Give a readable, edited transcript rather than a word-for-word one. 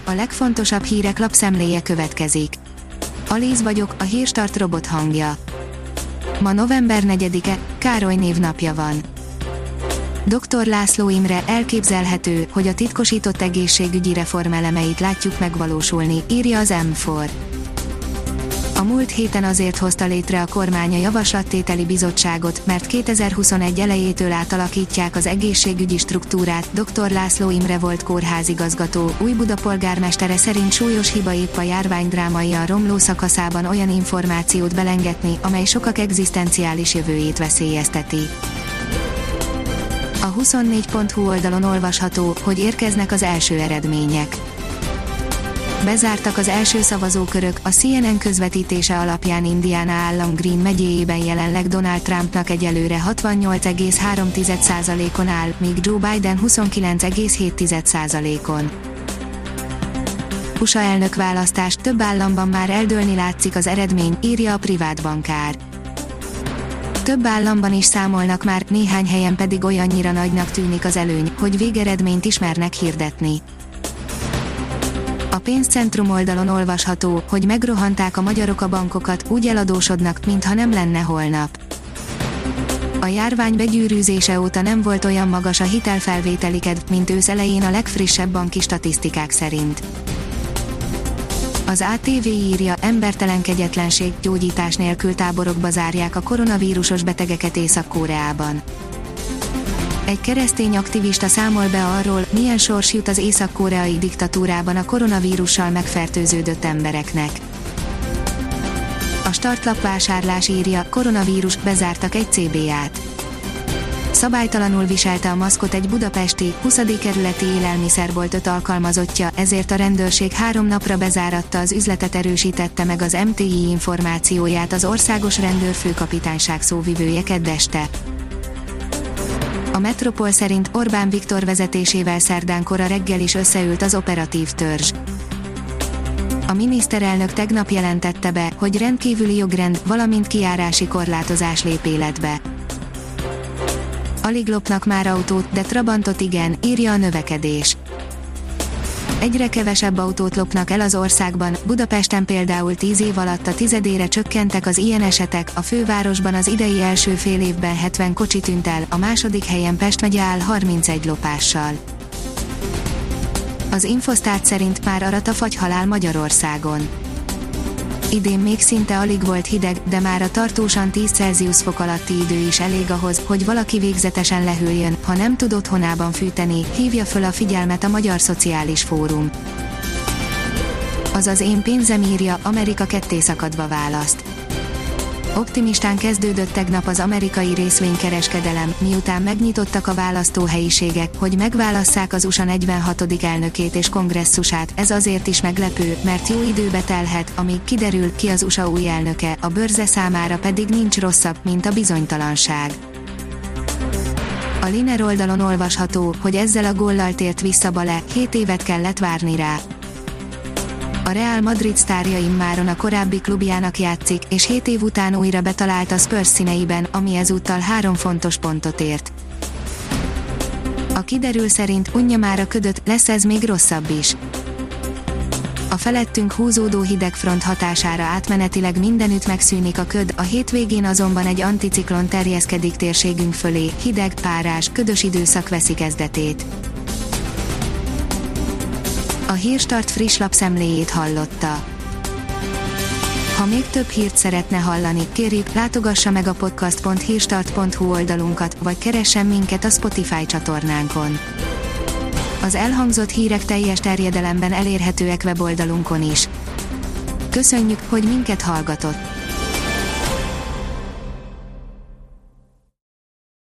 A legfontosabb hírek lapszemléje következik. Alíz vagyok, a Hírstart robot hangja. Ma november 4-e, Károly névnapja van. Dr. László Imre: elképzelhető, hogy a titkosított egészségügyi reform elemeit látjuk megvalósulni, írja az M4. A múlt héten azért hozta létre a kormány a javaslattételi bizottságot, mert 2021 elejétől átalakítják az egészségügyi struktúrát. Dr. László Imre volt kórházigazgató, Újbuda polgármestere szerint súlyos hiba épp a járvány drámaian romló szakaszában olyan információt belengetni, amely sokak egzisztenciális jövőjét veszélyezteti. A 24.hu oldalon olvasható, hogy érkeznek az első eredmények. Bezártak az első szavazókörök, a CNN közvetítése alapján Indiana állam Greene megyéjében jelenleg Donald Trumpnak egyelőre 68,3%-on áll, míg Joe Biden 29,7%-on. USA elnökválasztás, több államban már eldőlni látszik az eredmény, írja a privát bankár. Több államban is számolnak már, néhány helyen pedig olyannyira nagynak tűnik az előny, hogy végeredményt is mernek hirdetni. A pénzcentrum oldalon olvasható, hogy megrohanták a magyarok a bankokat, úgy eladósodnak, mintha nem lenne holnap. A járvány begyűrűzése óta nem volt olyan magas a hitelfelvételi kedv, mint ősz elején a legfrissebb banki statisztikák szerint. Az ATV írja: embertelen kegyetlenség, gyógyítás nélkül táborokba zárják a koronavírusos betegeket Észak-Koreában. Egy keresztény aktivista számol be arról, milyen sors jut az észak-koreai diktatúrában a koronavírussal megfertőződött embereknek. A startlap vásárlás írja: koronavírus, bezártak egy CBA-t. Szabálytalanul viselte a maszkot egy budapesti, 20. kerületi élelmiszerbolt 5 alkalmazottja, ezért a rendőrség 3 napra bezáratta az üzletet, erősítette meg az MTI információját az Országos Rendőrfőkapitányság szóvivője kedd este. A Metropol szerint Orbán Viktor vezetésével szerdán kora reggel is összeült az operatív törzs. A miniszterelnök tegnap jelentette be, hogy rendkívüli jogrend, valamint kijárási korlátozás lép életbe. Alig lopnak már autót, de Trabantot igen, írja a Növekedés. Egyre kevesebb autót lopnak el az országban, Budapesten például 10 év alatt a tizedére csökkentek az ilyen esetek, a fővárosban az idei első fél évben 70 kocsi tűnt el, a második helyen Pest megye áll 31 lopással. Az Infosztát szerint már arat a fagyhalál Magyarországon. Idén még szinte alig volt hideg, de már a tartósan 10 Celsius fok alatti idő is elég ahhoz, hogy valaki végzetesen lehűljön, ha nem tud otthonában fűteni, hívja föl a figyelmet a Magyar Szociális Fórum. Az én pénzem, írja, Amerika kettészakadva választ. Optimistán kezdődött tegnap az amerikai részvénykereskedelem, miután megnyitottak a választóhelyiségek, hogy megválasszák az USA 46. elnökét és kongresszusát. Ez azért is meglepő, mert jó időbe telhet, amíg kiderül, ki az USA új elnöke, a bőrze számára pedig nincs rosszabb, mint a bizonytalanság. A Liner oldalon olvasható, hogy ezzel a góllal tért vissza Bale, 7 évet kellett várni rá. A Real Madrid sztárja immáron a korábbi klubjának játszik, és 7 év után újra betalált a Spurs színeiben, ami ezúttal 3 fontos pontot ért. A kiderül szerint unja már a ködöt, lesz ez még rosszabb is. A felettünk húzódó hidegfront hatására átmenetileg mindenütt megszűnik a köd, a hétvégén azonban egy anticiklon terjeszkedik térségünk fölé, hideg, párás, ködös időszak veszi kezdetét. A Hírstart friss lapszemléjét hallotta. Ha még több hírt szeretne hallani, kérjük, látogassa meg a podcast.hírstart.hu oldalunkat, vagy keressen minket a Spotify csatornánkon. Az elhangzott hírek teljes terjedelemben elérhetőek weboldalunkon is. Köszönjük, hogy minket hallgatott!